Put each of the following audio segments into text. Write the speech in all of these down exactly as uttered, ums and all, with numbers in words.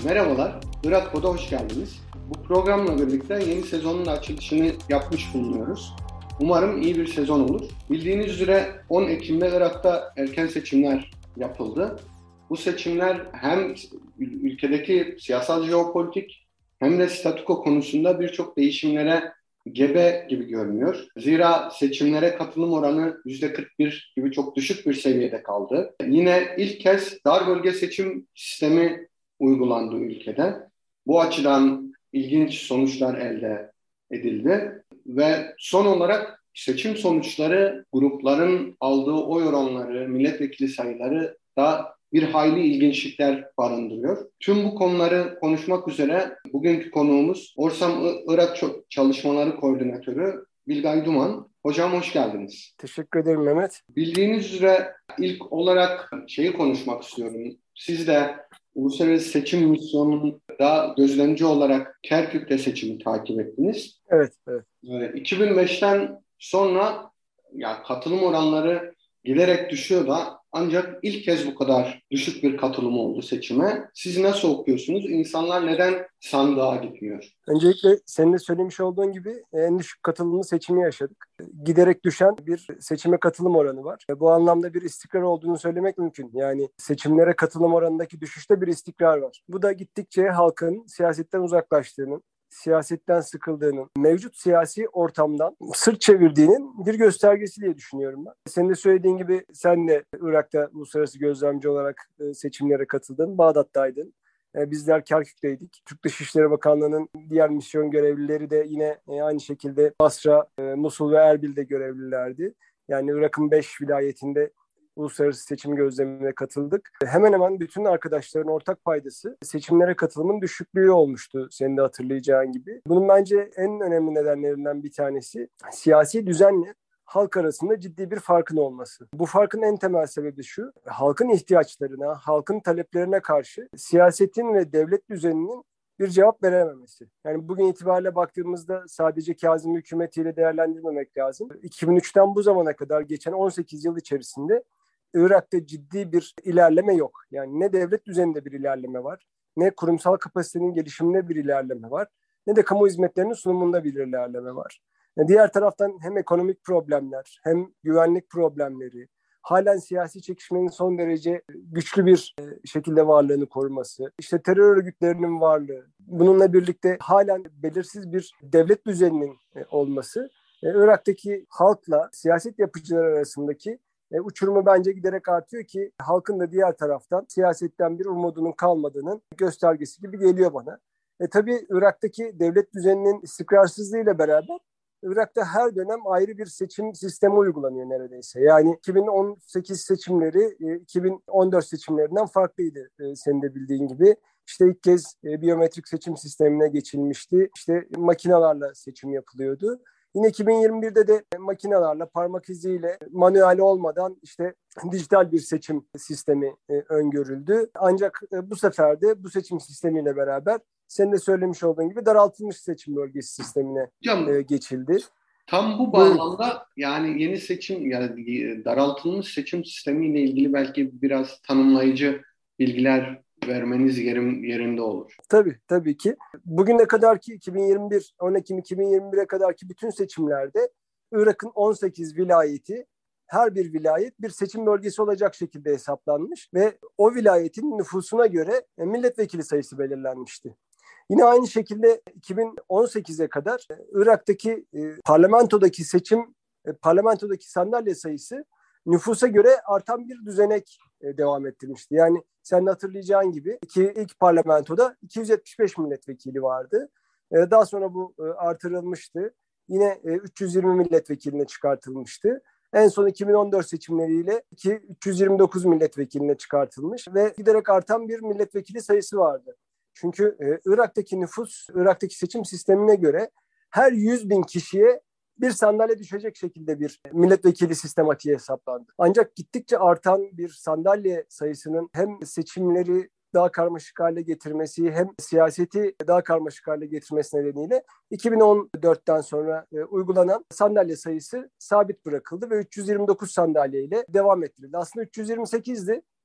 Merhabalar, Irak Pod'a hoş geldiniz. Bu programla birlikte yeni sezonun açılışını yapmış bulunuyoruz. Umarım iyi bir sezon olur. Bildiğiniz üzere on Ekim'de Irak'ta erken seçimler yapıldı. Bu seçimler hem ülkedeki siyasal jeopolitik hem de statüko konusunda birçok değişimlere gebe gibi görünüyor. Zira seçimlere katılım oranı yüzde kırk bir gibi çok düşük bir seviyede kaldı. Yine ilk kez dar bölge seçim sistemi uygulandı ülkede. Bu açıdan ilginç sonuçlar elde edildi ve son olarak seçim sonuçları grupların aldığı oy oranları, milletvekili sayıları da bir hayli ilginçlikler barındırıyor. Tüm bu konuları konuşmak üzere bugünkü konuğumuz Orsam Irak Çalışmaları Koordinatörü Bilgay Duman. Hocam hoş geldiniz. Teşekkür ederim Mehmet. Bildiğiniz üzere ilk olarak şeyi konuşmak istiyorum. Siz de Uluslararası Seçim Misyonu'nda gözlemci olarak Kerkük'te seçimi takip ettiniz. Evet, evet. iki bin beşten sonra ya katılım oranları giderek düşüyor da ancak ilk kez bu kadar düşük bir katılım oldu seçime. Siz nasıl okuyorsunuz? İnsanlar neden sandığa gitmiyor? Öncelikle senin de söylemiş olduğun gibi en düşük katılımlı seçimi yaşadık. Giderek düşen bir seçime katılım oranı var. Bu anlamda bir istikrar olduğunu söylemek mümkün. Yani seçimlere katılım oranındaki düşüşte bir istikrar var. Bu da gittikçe halkın siyasetten uzaklaştığının, siyasetten sıkıldığının, mevcut siyasi ortamdan sırt çevirdiğinin bir göstergesi diye düşünüyorum ben. Senin de söylediğin gibi sen de Irak'ta uluslararası gözlemci olarak seçimlere katıldın, Bağdat'taydın. Bizler Kerkük'teydik. Türk Dışişleri Bakanlığı'nın diğer misyon görevlileri de yine aynı şekilde Basra, Musul ve Erbil'de görevlilerdi. Yani Irak'ın beş vilayetinde uluslararası seçim gözlemine katıldık. Hemen hemen bütün arkadaşların ortak paydası seçimlere katılımın düşüklüğü olmuştu senin de hatırlayacağın gibi. Bunun bence en önemli nedenlerinden bir tanesi siyasi düzenle halk arasında ciddi bir farkın olması. Bu farkın en temel sebebi şu: halkın ihtiyaçlarına, halkın taleplerine karşı siyasetin ve devlet düzeninin bir cevap verememesi. Yani bugün itibariyle baktığımızda sadece Kazım hükümetiyle değerlendirmemek lazım. iki bin üçten bu zamana kadar geçen on sekiz yıl içerisinde Irak'ta ciddi bir ilerleme yok. Yani ne devlet düzeninde bir ilerleme var, ne kurumsal kapasitenin gelişiminde bir ilerleme var, ne de kamu hizmetlerinin sunumunda bir ilerleme var. Yani diğer taraftan hem ekonomik problemler, hem güvenlik problemleri, halen siyasi çekişmenin son derece güçlü bir şekilde varlığını koruması, işte terör örgütlerinin varlığı, bununla birlikte halen belirsiz bir devlet düzeninin olması, Irak'taki halkla siyaset yapıcılar arasındaki uçurumu bence giderek artıyor ki halkın da diğer taraftan siyasetten bir umudunun kalmadığının göstergesi gibi geliyor bana. E tabii Irak'taki devlet düzeninin istikrarsızlığıyla beraber Irak'ta her dönem ayrı bir seçim sistemi uygulanıyor neredeyse. Yani iki bin on sekiz seçimleri iki bin on dört seçimlerinden farklıydı senin de bildiğin gibi. İşte ilk kez biyometrik seçim sistemine geçilmişti. İşte makinalarla seçim yapılıyordu. Yine iki bin yirmi birde de makinalarla, parmak iziyle, manuel olmadan işte dijital bir seçim sistemi öngörüldü. Ancak bu sefer de bu seçim sistemiyle beraber senin de söylemiş olduğun gibi daraltılmış seçim bölgesi sistemine Hocam, geçildi. Tam bu bağlamda yani yeni seçim yani daraltılmış seçim sistemiyle ilgili belki biraz tanımlayıcı bilgiler vermeniz yerim, yerinde olur. Tabii, tabii ki. Bugüne kadar ki iki bin yirmi bir, on Ekim iki bin yirmi bire kadar ki bütün seçimlerde Irak'ın on sekiz vilayeti, her bir vilayet bir seçim bölgesi olacak şekilde hesaplanmış ve o vilayetin nüfusuna göre milletvekili sayısı belirlenmişti. Yine aynı şekilde iki bin on sekize kadar Irak'taki e, parlamentodaki seçim, e, parlamentodaki sandalye sayısı nüfusa göre artan bir düzenek e, devam ettirmişti. Yani sen de hatırlayacağın gibi iki, ilk parlamentoda iki yüz yetmiş beş milletvekili vardı. E, daha sonra bu e, artırılmıştı. Yine e, üç yüz yirmi milletvekiline çıkartılmıştı. En son iki bin on dört seçimleriyle üç yüz yirmi dokuz milletvekiline çıkartılmış ve giderek artan bir milletvekili sayısı vardı. Çünkü e, Irak'taki nüfus, Irak'taki seçim sistemine göre her yüz bin kişiye bir sandalye düşecek şekilde bir milletvekili sistematiği hesaplandı. Ancak gittikçe artan bir sandalye sayısının hem seçimleri daha karmaşık hale getirmesi hem siyaseti daha karmaşık hale getirmesi nedeniyle iki bin on dörtten sonra e, uygulanan sandalye sayısı sabit bırakıldı ve üç yüz yirmi dokuz sandalye ile devam ettirildi. Aslında üç yüz yirmi sekizdi.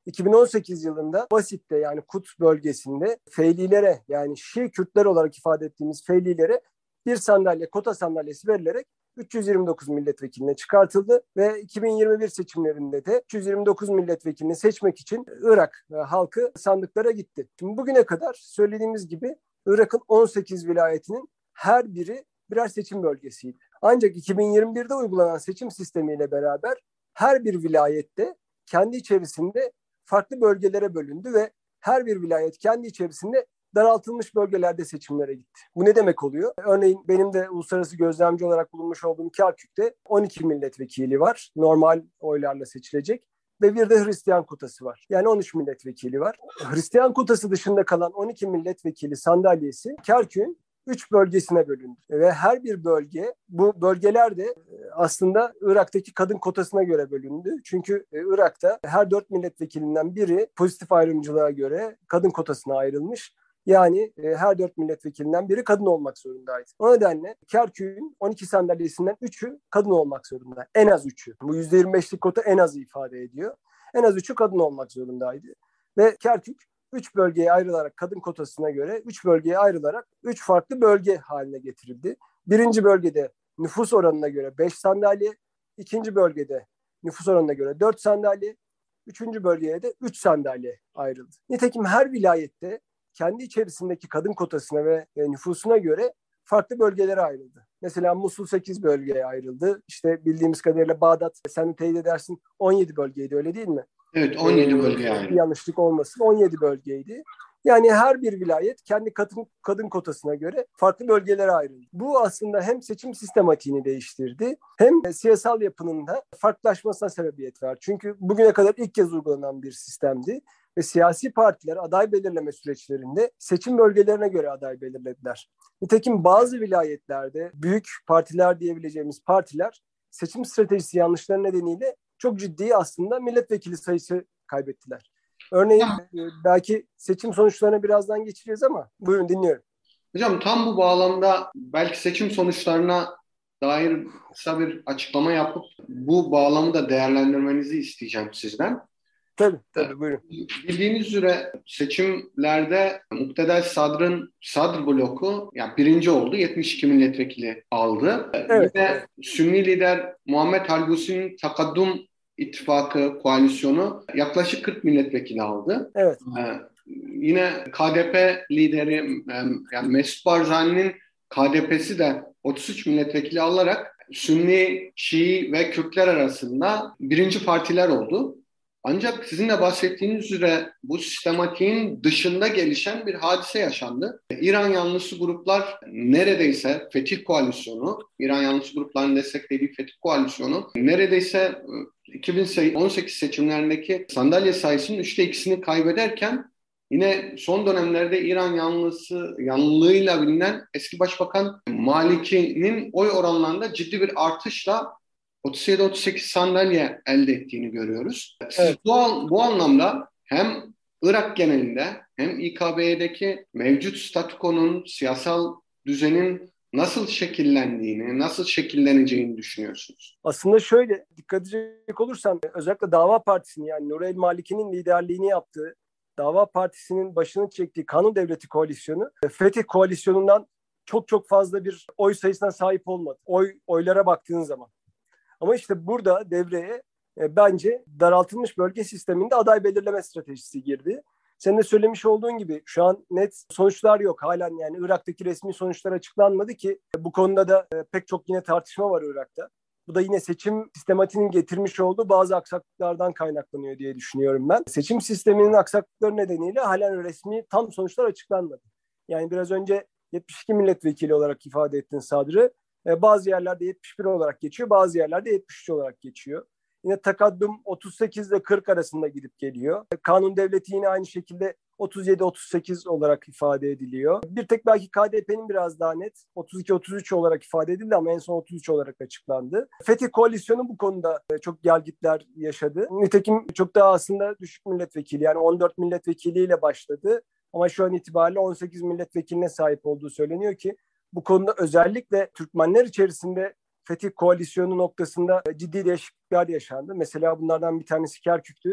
iki bin on sekiz yılında Basit'te yani Kut bölgesinde Feylilere yani Şii Kürtler olarak ifade ettiğimiz Feylilere bir sandalye, kota sandalyesi verilerek üç yüz yirmi dokuz milletvekiline çıkartıldı ve iki bin yirmi bir seçimlerinde de üç yüz yirmi dokuz milletvekilini seçmek için Irak halkı sandıklara gitti. Şimdi bugüne kadar söylediğimiz gibi Irak'ın on sekiz vilayetinin her biri birer seçim bölgesiydi. Ancak iki bin yirmi birde uygulanan seçim sistemiyle beraber her bir vilayette kendi içerisinde farklı bölgelere bölündü ve her bir vilayet kendi içerisinde daraltılmış bölgelerde seçimlere gitti. Bu ne demek oluyor? Örneğin benim de uluslararası gözlemci olarak bulunmuş olduğum Kerkük'te on iki milletvekili var. Normal oylarla seçilecek. Ve bir de Hristiyan kotası var. Yani on üç milletvekili var. Hristiyan kotası dışında kalan on iki milletvekili sandalyesi Kerkük'ün üç bölgesine bölündü. Ve her bir bölge, bu bölgeler de aslında Irak'taki kadın kotasına göre bölündü. Çünkü Irak'ta her dört milletvekilinden biri pozitif ayrımcılığa göre kadın kotasına ayrılmış. Yani her dört milletvekilinden biri kadın olmak zorundaydı. O nedenle Kerkük'ün on iki sandalyesinden üçü kadın olmak zorunda. En az üçü. Bu yüzde yirmi beşlik kota en azı ifade ediyor. En az üçü kadın olmak zorundaydı. Ve Kerkük üç bölgeye ayrılarak kadın kotasına göre üç bölgeye ayrılarak üç farklı bölge haline getirildi. Birinci bölgede nüfus oranına göre beş sandalye, ikinci bölgede nüfus oranına göre dört sandalye, üçüncü bölgeye de üç sandalye ayrıldı. Nitekim her vilayette kendi içerisindeki kadın kotasına ve nüfusuna göre farklı bölgelere ayrıldı. Mesela Musul sekiz bölgeye ayrıldı. İşte bildiğimiz kadarıyla Bağdat, sen de teyit edersin, on yedi bölgeydi, öyle değil mi? Evet, on yedi ee, bölgeye ayrıldı. Bir yanlışlık olmasın, on yedi bölgeydi. Yani her bir vilayet kendi kadın, kadın kotasına göre farklı bölgelere ayrıldı. Bu aslında hem seçim sistematiğini değiştirdi hem siyasal yapının da farklılaşmasına sebebiyet verdi. Çünkü bugüne kadar ilk kez uygulanan bir sistemdi. Ve siyasi partiler aday belirleme süreçlerinde seçim bölgelerine göre aday belirlediler. Nitekim bazı vilayetlerde büyük partiler diyebileceğimiz partiler seçim stratejisi yanlışları nedeniyle çok ciddi aslında milletvekili sayısı kaybettiler. Örneğin Hocam, belki seçim sonuçlarına birazdan geçeceğiz ama buyurun dinliyorum. hocam tam bu bağlamda belki seçim sonuçlarına dair kısa bir açıklama yapıp bu bağlamı da değerlendirmenizi isteyeceğim sizden. Tabii tabii buyurun. Bildiğiniz üzere seçimlerde Muktedel Sadr'ın Sadr bloku yani birinci oldu. yetmiş iki milletvekili aldı. Evet, Yine evet. Sünni lider Muhammed Halbusi'nin Takaddum ittifakı, koalisyonu yaklaşık kırk milletvekili aldı. Evet. Ee, yine K D P lideri yani Mesut Barzani'nin K D P'si de otuz üç milletvekili alarak Sünni, Şii ve Kürtler arasında birinci partiler oldu. Ancak sizin de bahsettiğiniz üzere bu sistematiğin dışında gelişen bir hadise yaşandı. İran yanlısı gruplar neredeyse Fetih Koalisyonu, İran yanlısı grupların desteklediği Fetih Koalisyonu neredeyse iki bin on sekiz seçimlerindeki sandalye sayısının üçte ikisini kaybederken yine son dönemlerde İran yanlısı yanlılığıyla bilinen eski Başbakan Maliki'nin oy oranlarında ciddi bir artışla otuz yedi otuz sekiz sandalye elde ettiğini görüyoruz. Siz Evet. bu, bu anlamda hem Irak genelinde hem İ K B'deki mevcut statükonun, siyasal düzenin nasıl şekillendiğini, nasıl şekilleneceğini düşünüyorsunuz? Aslında şöyle dikkat edecek olursan özellikle Dava Partisi'nin yani Nur el Maliki'nin liderliğini yaptığı Dava Partisi'nin başını çektiği Kanun Devleti Koalisyonu Fetih Koalisyonu'ndan çok çok fazla bir oy sayısına sahip olmadı. Oy oylara baktığın zaman. Ama işte burada devreye e, bence daraltılmış bölge sisteminde aday belirleme stratejisi girdi. Senin de söylemiş olduğun gibi şu an net sonuçlar yok. Halen yani Irak'taki resmi sonuçlar açıklanmadı ki bu konuda da e, pek çok yine tartışma var Irak'ta. Bu da yine seçim sistematiğinin getirmiş olduğu bazı aksaklıklardan kaynaklanıyor diye düşünüyorum ben. Seçim sisteminin aksaklıkları nedeniyle halen resmi tam sonuçlar açıklanmadı. Yani biraz önce yetmiş iki milletvekili olarak ifade ettin Sadr'ı. Bazı yerlerde yetmiş bir olarak geçiyor, bazı yerlerde yetmiş üç olarak geçiyor. Yine takaddum otuz sekiz ile kırk arasında gidip geliyor. Kanun devleti yine aynı şekilde otuz yedi otuz sekiz olarak ifade ediliyor. Bir tek belki K D P'nin biraz daha net otuz iki otuz üç olarak ifade edildi ama en son otuz üç olarak açıklandı. Fetih Koalisyonu bu konuda çok gelgitler yaşadı. Nitekim çok daha aslında düşük milletvekili yani on dört milletvekiliyle başladı. Ama şu an itibariyle on sekiz milletvekiline sahip olduğu söyleniyor ki bu konuda özellikle Türkmenler içerisinde Fetih Koalisyonu noktasında ciddi değişiklikler yaşandı. Mesela bunlardan bir tanesi Kerkük'tü.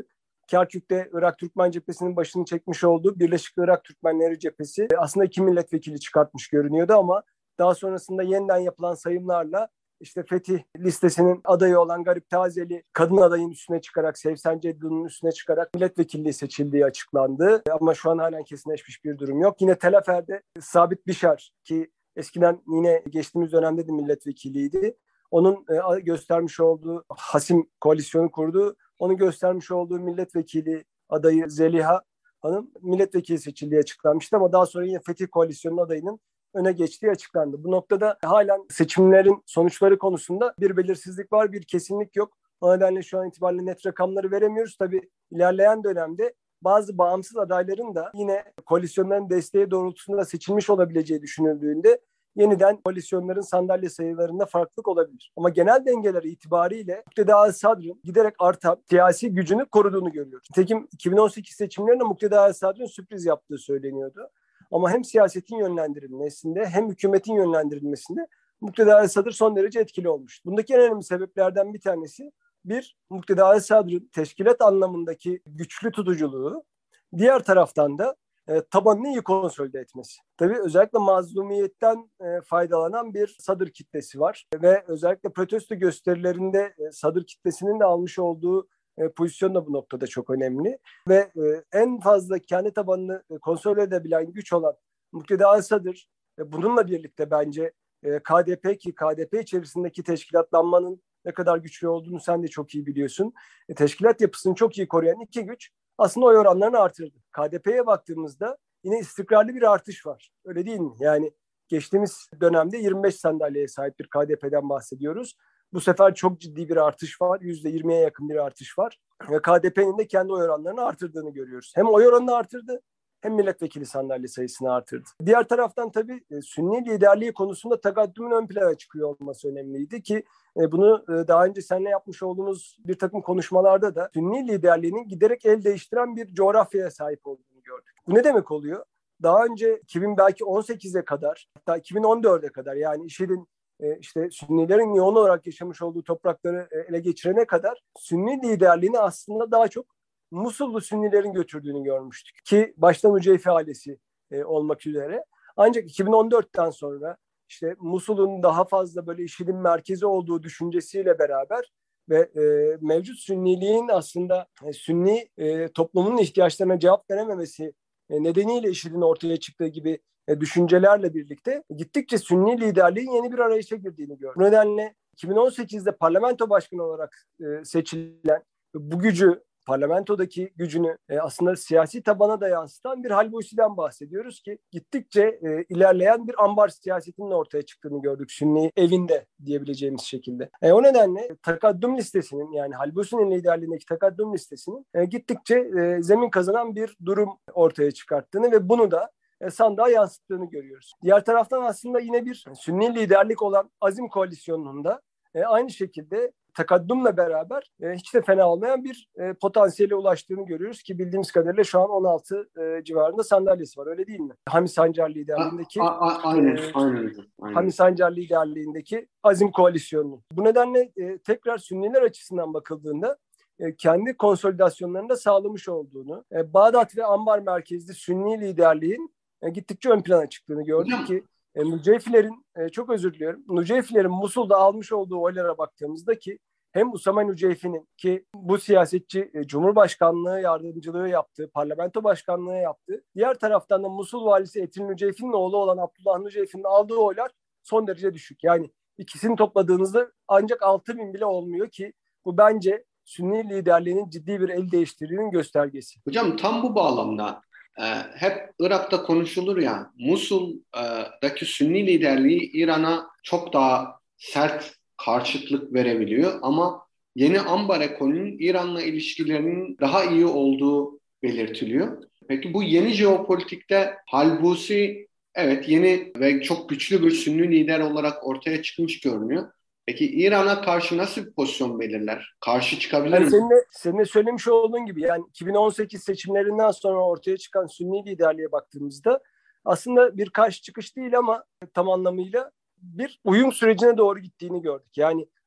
Kerkük'te Irak Türkmen Cephesi'nin başını çekmiş olduğu Birleşik Irak Türkmenleri Cephesi aslında iki milletvekili çıkartmış görünüyordu ama daha sonrasında yeniden yapılan sayımlarla işte Fetih listesinin adayı olan Garip Tazeli kadın adayın üstüne çıkarak, Sevsen Ceddu'nun üstüne çıkarak milletvekilliği seçildiği açıklandı. Ama şu an halen kesinleşmiş bir durum yok. Yine Telafer'de Sabit Bişar ki eskiden yine geçtiğimiz dönemde de milletvekiliydi. Onun göstermiş olduğu Hasim koalisyonu kurdu. Onun göstermiş olduğu milletvekili adayı Zeliha Hanım milletvekili seçildiği açıklanmıştı ama daha sonra yine Fetih Koalisyonu'nun adayının öne geçtiği açıklandı. Bu noktada halen seçimlerin sonuçları konusunda bir belirsizlik var, bir kesinlik yok. O nedenle şu an itibariyle net rakamları veremiyoruz. Tabii ilerleyen dönemde bazı bağımsız adayların da yine koalisyonların desteği doğrultusunda seçilmiş olabileceği düşünüldüğünde yeniden koalisyonların sandalye sayılarında farklılık olabilir. Ama genel dengeler itibariyle Mukteda El-Sadr'ın giderek artan siyasi gücünü koruduğunu görüyoruz. Nitekim iki bin on sekiz seçimlerinde Mukteda El-Sadr'ın sürpriz yaptığı söyleniyordu. Ama hem siyasetin yönlendirilmesinde hem hükümetin yönlendirilmesinde Mukteda El-Sadr son derece etkili olmuş. Bundaki en önemli sebeplerden bir tanesi bir, Mukteda El-Sadr'ın teşkilat anlamındaki güçlü tutuculuğu, diğer taraftan da e, tabanını iyi konsolide etmesi. Tabii özellikle mazlumiyetten e, faydalanan bir Sadr kitlesi var ve özellikle protesto gösterilerinde e, Sadr kitlesinin de almış olduğu e, pozisyon da bu noktada çok önemli ve e, en fazla kendi tabanını e, konsolide edebilen güç olan Mukteda El-Sadr e, bununla birlikte bence e, K D P ki K D P içerisindeki teşkilatlanmanın ne kadar güçlü olduğunu sen de çok iyi biliyorsun. E, teşkilat yapısını çok iyi koruyan iki güç aslında oy oranlarını artırdı. K D P'ye baktığımızda yine istikrarlı bir artış var. Öyle değil mi? Yani geçtiğimiz dönemde yirmi beş sandalyeye sahip bir K D P'den bahsediyoruz. Bu sefer çok ciddi bir artış var. yüzde yirmiye yakın bir artış var. Ve K D P'nin de kendi oy oranlarını artırdığını görüyoruz. Hem oy oranını artırdı hem milletvekili sandalye sayısını artırdı. Diğer taraftan tabii Sünni liderliği konusunda takaddümün ön plana çıkıyor olması önemliydi ki bunu daha önce seninle yapmış olduğumuz bir takım konuşmalarda da Sünni liderliğinin giderek el değiştiren bir coğrafyaya sahip olduğunu gördük. Bu ne demek oluyor? Daha önce iki bin belki on sekize kadar hatta iki bin on dörde kadar yani IŞİD'in işte Sünnilerin yoğun olarak yaşamış olduğu toprakları ele geçirene kadar Sünni liderliğini aslında daha çok Musullu Sünnilerin götürdüğünü görmüştük. Ki başta Nuceyfi ailesi e, olmak üzere. Ancak iki bin on dörtten sonra işte Musul'un daha fazla böyle IŞİD'in merkezi olduğu düşüncesiyle beraber ve e, mevcut Sünniliğin aslında e, Sünni e, toplumun ihtiyaçlarına cevap verememesi e, nedeniyle IŞİD'in ortaya çıktığı gibi e, düşüncelerle birlikte gittikçe Sünni liderliğin yeni bir arayışa girdiğini gördük. Bu nedenle iki bin on sekizde parlamento başkanı olarak e, seçilen bu gücü parlamentodaki gücünü e, aslında siyasi tabana da yansıtan bir Halbusi'den bahsediyoruz ki gittikçe e, ilerleyen bir ambar siyasetinin ortaya çıktığını gördük Sünni evinde diyebileceğimiz şekilde. E, o nedenle takaddüm listesinin yani Halbusi'nin liderliğindeki takaddüm listesinin e, gittikçe e, zemin kazanan bir durum ortaya çıkarttığını ve bunu da e, sandığa yansıttığını görüyoruz. Diğer taraftan aslında yine bir Sünni liderlik olan Azim Koalisyonu'nun da e, aynı şekilde takaddümle beraber e, hiç de fena olmayan bir e, potansiyele ulaştığını görüyoruz ki bildiğimiz kadarıyla şu an on altı e, civarında sandalyesi var öyle değil mi? Hami Sancar liderliğindeki a, a, aynen, e, aynen, aynen. Hami Sancar liderliğindeki Azim Koalisyonu. Bu nedenle e, tekrar Sünniler açısından bakıldığında e, kendi konsolidasyonlarını da sağlamış olduğunu, e, Bağdat ve Ambar merkezli Sünni liderliğin e, gittikçe ön plana çıktığını gördük Hocam. ki E, Nuceyfilerin, e, çok özür diliyorum, Nuceyfilerin Musul'da almış olduğu oylara baktığımızda ki hem Usame Nuceyfi'nin ki bu siyasetçi e, Cumhurbaşkanlığı yardımcılığı yaptığı, parlamento başkanlığı yaptığı, diğer taraftan da Musul valisi Etin Nuceyfi'nin oğlu olan Abdullah Nuceyfi'nin aldığı oylar son derece düşük. Yani ikisini topladığınızda ancak altı bin bile olmuyor ki bu bence Sünni liderliğinin ciddi bir el değiştirdiğinin göstergesi. Hocam tam bu bağlamda Ee, hep Irak'ta konuşulur ya, Musul'daki Sünni liderliği İran'a çok daha sert karşıtlık verebiliyor ama yeni Ambar ekolünün İran'la ilişkilerinin daha iyi olduğu belirtiliyor. Peki bu yeni jeopolitikte Halbusi evet yeni ve çok güçlü bir Sünni lider olarak ortaya çıkmış görünüyor. Peki İran'a karşı nasıl bir pozisyon belirler? Karşı çıkabilir yani mi? Senin de, senin de söylemiş olduğun gibi yani iki bin on sekiz seçimlerinden sonra ortaya çıkan Sünni liderliğe baktığımızda aslında bir karşı çıkış değil ama tam anlamıyla bir uyum sürecine doğru gittiğini gördük. Yani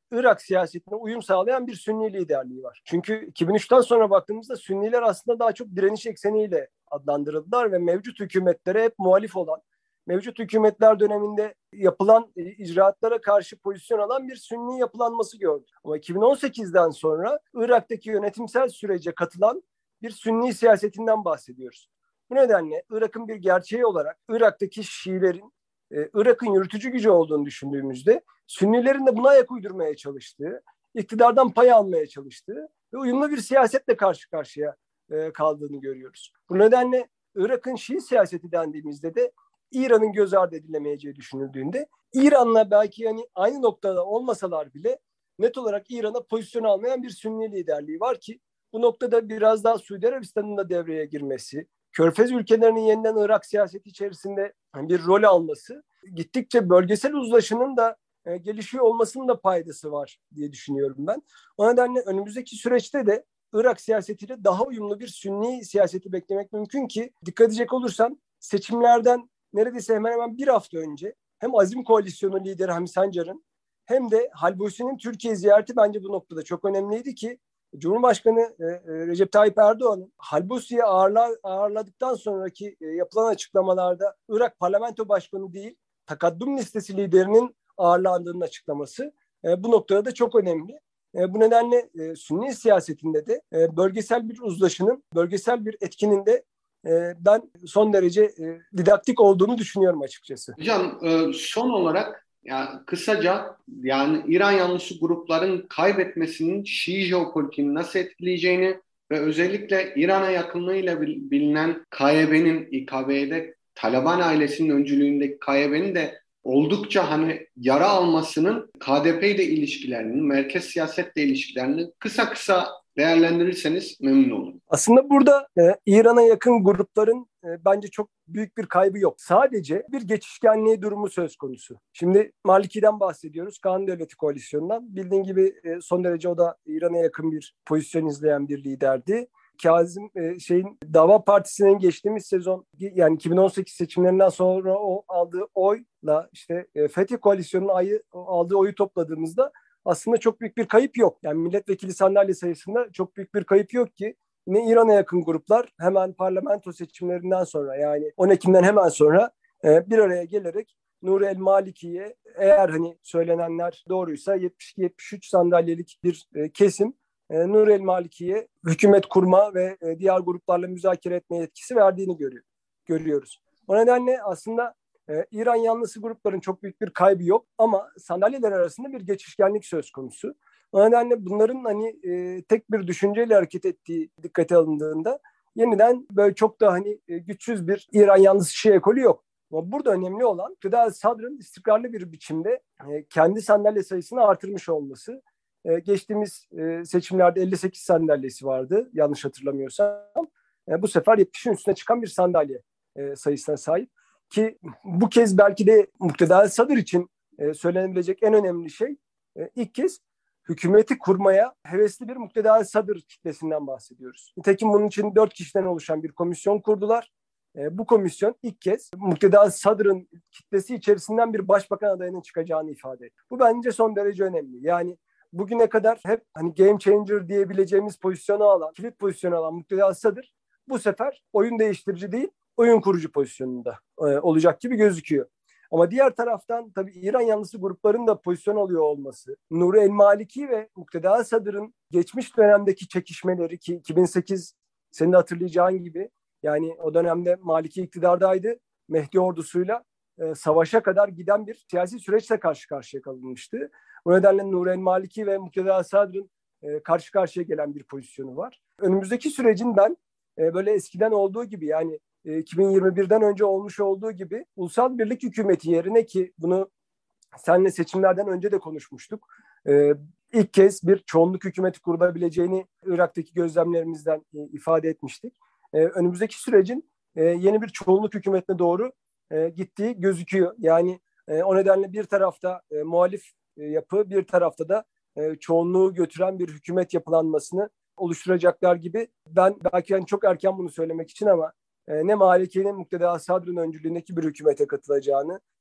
Irak siyasetine uyum sağlayan bir Sünni liderliği var. Çünkü iki bin üçten sonra baktığımızda Sünniler aslında daha çok direniş ekseniyle adlandırıldılar ve mevcut hükümetlere hep muhalif olan, mevcut hükümetler döneminde yapılan icraatlara karşı pozisyon alan bir Sünni yapılanması gördük. Ama iki bin on sekizden sonra Irak'taki yönetimsel sürece katılan bir Sünni siyasetinden bahsediyoruz. Bu nedenle Irak'ın bir gerçeği olarak Irak'taki Şiilerin e, Irak'ın yürütücü gücü olduğunu düşündüğümüzde Sünnilerin de buna ayak uydurmaya çalıştığı, iktidardan pay almaya çalıştığı ve uyumlu bir siyasetle karşı karşıya e, kaldığını görüyoruz. Bu nedenle Irak'ın Şii siyaseti dendiğimizde de İran'ın göz ardı edilemeyeceği düşünüldüğünde İran'la belki yani aynı noktada olmasalar bile net olarak İran'a pozisyon almayan bir Sünni liderliği var ki bu noktada biraz daha Suudi Arabistan'ın da devreye girmesi, Körfez ülkelerinin yeniden Irak siyaseti içerisinde bir rol alması, gittikçe bölgesel uzlaşının da e, gelişiyor olmasının da paydası var diye düşünüyorum ben. O nedenle önümüzdeki süreçte de Irak siyasetiyle daha uyumlu bir Sünni siyaseti beklemek mümkün ki dikkat edecek olursam seçimlerden neredeyse hemen hemen bir hafta önce hem Azim Koalisyonu lideri Hamid Sancar'ın hem de Halbusi'nin Türkiye ziyareti bence bu noktada çok önemliydi ki Cumhurbaşkanı e, Recep Tayyip Erdoğan'ın Halbusi'yi ağırla, ağırladıktan sonraki e, yapılan açıklamalarda Irak Parlamento Başkanı değil, Takaddum Listesi liderinin ağırlandığının açıklaması e, bu noktada da çok önemli. E, bu nedenle e, Sünni siyasetinde de e, bölgesel bir uzlaşının, bölgesel bir etkinin de e, ben son derece e, didaktik olduğunu düşünüyorum açıkçası. Hocam e, son olarak ya kısaca yani İran yanlısı grupların kaybetmesinin Şii jeopolitiğini nasıl etkileyeceğini ve özellikle İran'a yakınlığıyla bilinen K Y B'nin İ K B'de Taliban ailesinin öncülüğündeki K Y B'nin de oldukça hani yara almasının K D P ile ilişkilerini, merkez siyasetle ilişkilerini kısa kısa değerlendirirseniz memnun olurum. Aslında burada e, İran'a yakın grupların e, bence çok büyük bir kaybı yok. Sadece bir geçişkenliği durumu söz konusu. Şimdi Maliki'den bahsediyoruz. Kaan Devleti Koalisyonu'ndan. Bildiğin gibi e, son derece o da İran'a yakın bir pozisyon izleyen bir liderdi. Kazım e, şeyin Dava Partisi'nin geçtiğimiz sezon yani iki bin on sekiz seçimlerinden sonra o aldığı oyla işte e, Fethi Koalisyonu'nun ayı, aldığı oyu topladığımızda aslında çok büyük bir kayıp yok. Yani milletvekili sandalye sayısında çok büyük bir kayıp yok ki yine İran'a yakın gruplar hemen parlamento seçimlerinden sonra yani on Ekim'den hemen sonra e, bir araya gelerek Nuri El Maliki'ye eğer hani söylenenler doğruysa yetmiş iki yetmiş üç sandalyelik bir e, kesim e, Nuri El Maliki'ye hükümet kurma ve e, diğer gruplarla müzakere etme yetkisi verdiğini görüyor, görüyoruz. O nedenle aslında Ee, İran yanlısı grupların çok büyük bir kaybı yok ama sandalyeler arasında bir geçişkenlik söz konusu. O nedenle bunların hani e, tek bir düşünceyle hareket ettiği dikkate alındığında yeniden böyle çok da hani e, güçsüz bir İran yanlısı Şii ekolü yok. Ama burada önemli olan Gıda Sadr'ın istikrarlı bir biçimde e, kendi sandalye sayısını artırmış olması. E, geçtiğimiz e, seçimlerde elli sekiz sandalyesi vardı yanlış hatırlamıyorsam. E, bu sefer yetmişin üstüne çıkan bir sandalye e, sayısına sahip. Ki bu kez belki de Muktedâ Sadr için e, söylenebilecek en önemli şey e, ilk kez hükümeti kurmaya hevesli bir Muktedâ Sadr kitlesinden bahsediyoruz. Nitekim bunun için dört kişiden oluşan bir komisyon kurdular. E, bu komisyon ilk kez Muktedâ Sadr'ın kitlesi içerisinden bir başbakan adayının çıkacağını ifade etti. Bu bence son derece önemli. Yani bugüne kadar hep hani game changer diyebileceğimiz pozisyonu alan, kilit pozisyonu alan Muktedâ Sadr bu sefer oyun değiştirici değil, oyun kurucu pozisyonunda e, olacak gibi gözüküyor. Ama diğer taraftan tabii İran yanlısı grupların da pozisyon alıyor olması, Nuri El Maliki ve Muktedâ Sadr'ın geçmiş dönemdeki çekişmeleri ki iki bin sekiz senin de hatırlayacağın gibi yani o dönemde Maliki iktidardaydı. Mehdi ordusuyla e, savaşa kadar giden bir siyasi süreçle karşı karşıya kalınmıştı. O nedenle Nuri El Maliki ve Muktedâ Sadr'ın e, karşı karşıya gelen bir pozisyonu var. Önümüzdeki sürecin ben e, böyle eskiden olduğu gibi yani iki bin yirmi birden önce olmuş olduğu gibi ulusal birlik hükümeti yerine ki bunu seninle seçimlerden önce de konuşmuştuk. Ee, ilk kez bir çoğunluk hükümeti kurulabileceğini Irak'taki gözlemlerimizden e, ifade etmiştik. Ee, önümüzdeki sürecin e, yeni bir çoğunluk hükümetine doğru e, gittiği gözüküyor. Yani e, o nedenle bir tarafta e, muhalif e, yapı, bir tarafta da e, çoğunluğu götüren bir hükümet yapılanmasını oluşturacaklar gibi. Ben belki yani çok erken bunu söylemek için ama ne Maliki'nin Muktedâ Sadr'ın öncülüğündeki bir hükümete katılacağını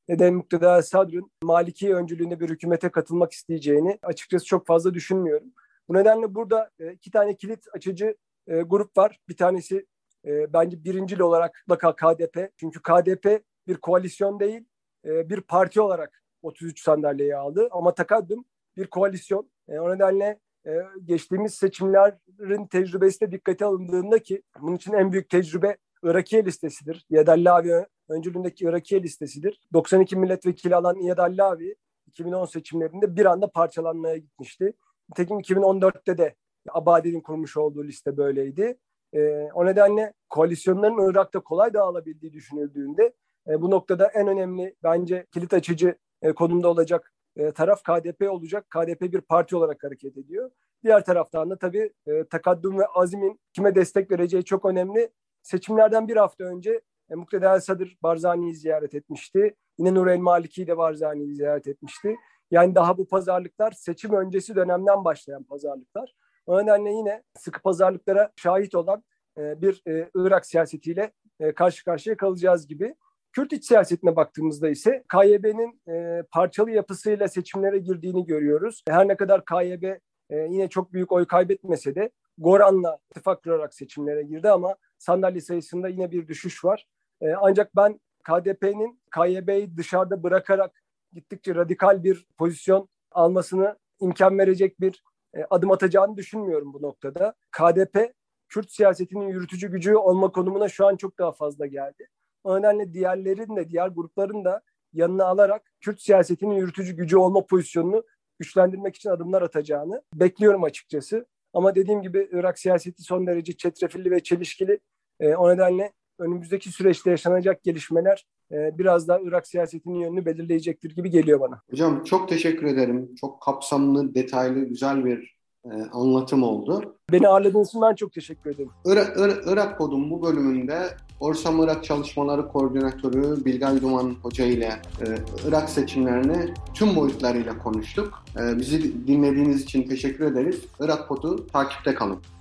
ne de Mukteda Sadr'ın Maliki öncülüğünde bir hükümete katılmak isteyeceğini açıkçası çok fazla düşünmüyorum. Bu nedenle burada iki tane kilit açıcı grup var. Bir tanesi bence birincil olarak mutlaka K D P. Çünkü K D P bir koalisyon değil, bir parti olarak otuz üç sandalyeyi aldı. Ama Takaddüm bir koalisyon. O nedenle geçtiğimiz seçimlerin tecrübesi de dikkate alındığında ki bunun için en büyük tecrübe Irakiye listesidir. İyad Allavi öncülüğündeki Irakiye listesidir. doksan iki milletvekili alan İyad Allavi iki bin on seçimlerinde bir anda parçalanmaya gitmişti. Nitekim iki bin on dörtte de Abadi'nin kurmuş olduğu liste böyleydi. E, o nedenle koalisyonların Irak'ta kolay dağılabildiği düşünüldüğünde e, bu noktada en önemli bence kilit açıcı e, konumda olacak e, taraf K D P olacak. K D P bir parti olarak hareket ediyor. Diğer taraftan da tabii e, Takaddüm ve Azim'in kime destek vereceği çok önemli. Seçimlerden bir hafta önce e, Mukteda Sadr Barzani'yi ziyaret etmişti. Yine Nur El Maliki de Barzani'yi ziyaret etmişti. Yani daha bu pazarlıklar seçim öncesi dönemden başlayan pazarlıklar. O nedenle yine sıkı pazarlıklara şahit olan e, bir e, Irak siyasetiyle e, karşı karşıya kalacağız gibi. Kürt iç siyasetine baktığımızda ise K Y B'nin e, parçalı yapısıyla seçimlere girdiğini görüyoruz. Her ne kadar K Y B e, yine çok büyük oy kaybetmese de Goran'la ittifak kurarak seçimlere girdi ama sandalye sayısında yine bir düşüş var. E, ancak ben K D P'nin K Y B'yi dışarıda bırakarak gittikçe radikal bir pozisyon almasını imkan verecek bir e, adım atacağını düşünmüyorum bu noktada. K D P, Kürt siyasetinin yürütücü gücü olma konumuna şu an çok daha fazla geldi. O nedenle diğerlerin de, diğer grupların da yanına alarak Kürt siyasetinin yürütücü gücü olma pozisyonunu güçlendirmek için adımlar atacağını bekliyorum açıkçası. Ama dediğim gibi Irak siyaseti son derece çetrefilli ve çelişkili. E, o nedenle önümüzdeki süreçte yaşanacak gelişmeler e, biraz daha Irak siyasetinin yönünü belirleyecektir gibi geliyor bana. Hocam çok teşekkür ederim. Çok kapsamlı, detaylı, güzel bir e, anlatım oldu. Beni ağırladığınız için ben çok teşekkür ederim. Irak, Irak, Irak Pod'un bu bölümünde Orsam Irak Çalışmaları Koordinatörü Bilgay Duman Hoca ile e, Irak seçimlerini tüm boyutlarıyla konuştuk. E, bizi dinlediğiniz için teşekkür ederiz. Irak Pod'u takipte kalın.